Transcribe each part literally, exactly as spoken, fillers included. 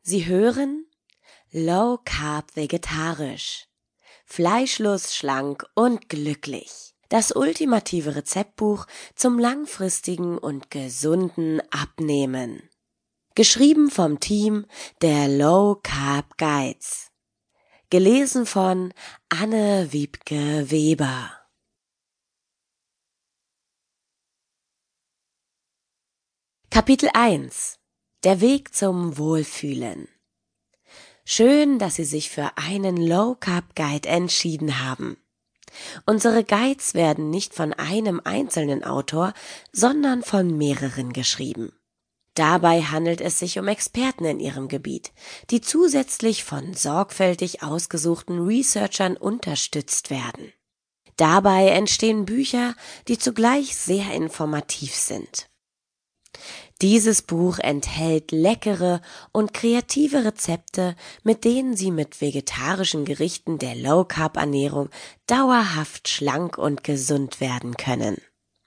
Sie hören Low Carb Vegetarisch. Fleischlos, schlank und glücklich. Das ultimative Rezeptbuch zum langfristigen und gesunden Abnehmen. Geschrieben vom Team der Low Carb Guides. Gelesen von Anne Wiebke Weber. Kapitel eins. Der Weg zum Wohlfühlen. Schön, dass Sie sich für einen Low Carb Guide entschieden haben. Unsere Guides werden nicht von einem einzelnen Autor, sondern von mehreren geschrieben. Dabei handelt es sich um Experten in ihrem Gebiet, die zusätzlich von sorgfältig ausgesuchten Researchern unterstützt werden. Dabei entstehen Bücher, die zugleich sehr informativ sind. Dieses Buch enthält leckere und kreative Rezepte, mit denen Sie mit vegetarischen Gerichten der Low-Carb-Ernährung dauerhaft schlank und gesund werden können.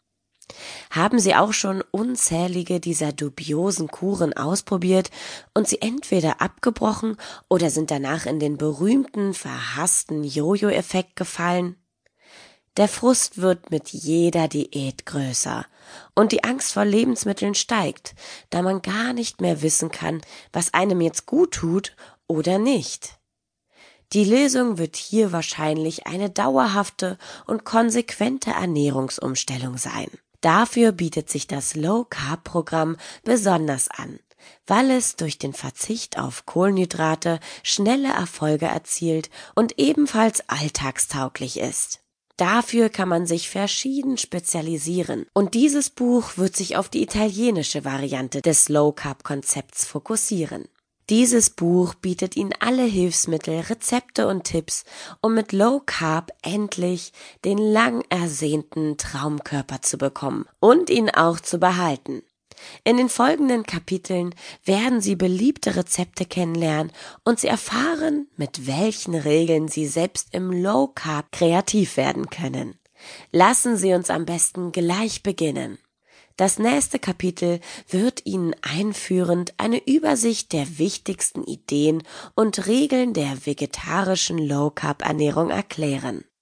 Haben Sie auch schon unzählige dieser dubiosen Kuren ausprobiert und sie entweder abgebrochen oder sind danach in den berühmten, verhassten Jojo-Effekt gefallen? Der Frust wird mit jeder Diät größer und die Angst vor Lebensmitteln steigt, da man gar nicht mehr wissen kann, was einem jetzt gut tut oder nicht. Die Lösung wird hier wahrscheinlich eine dauerhafte und konsequente Ernährungsumstellung sein. Dafür bietet sich das Low-Carb-Programm besonders an, weil es durch den Verzicht auf Kohlenhydrate schnelle Erfolge erzielt und ebenfalls alltagstauglich ist. Dafür kann man sich verschieden spezialisieren und dieses Buch wird sich auf die italienische Variante des Low-Carb-Konzepts fokussieren. Dieses Buch bietet Ihnen alle Hilfsmittel, Rezepte und Tipps, um mit Low Carb endlich den lang ersehnten Traumkörper zu bekommen und ihn auch zu behalten. In den folgenden Kapiteln werden Sie beliebte Rezepte kennenlernen und Sie erfahren, mit welchen Regeln Sie selbst im Low Carb kreativ werden können. Lassen Sie uns am besten gleich beginnen. Das nächste Kapitel wird Ihnen einführend eine Übersicht der wichtigsten Ideen und Regeln der vegetarischen Low-Carb-Ernährung erklären.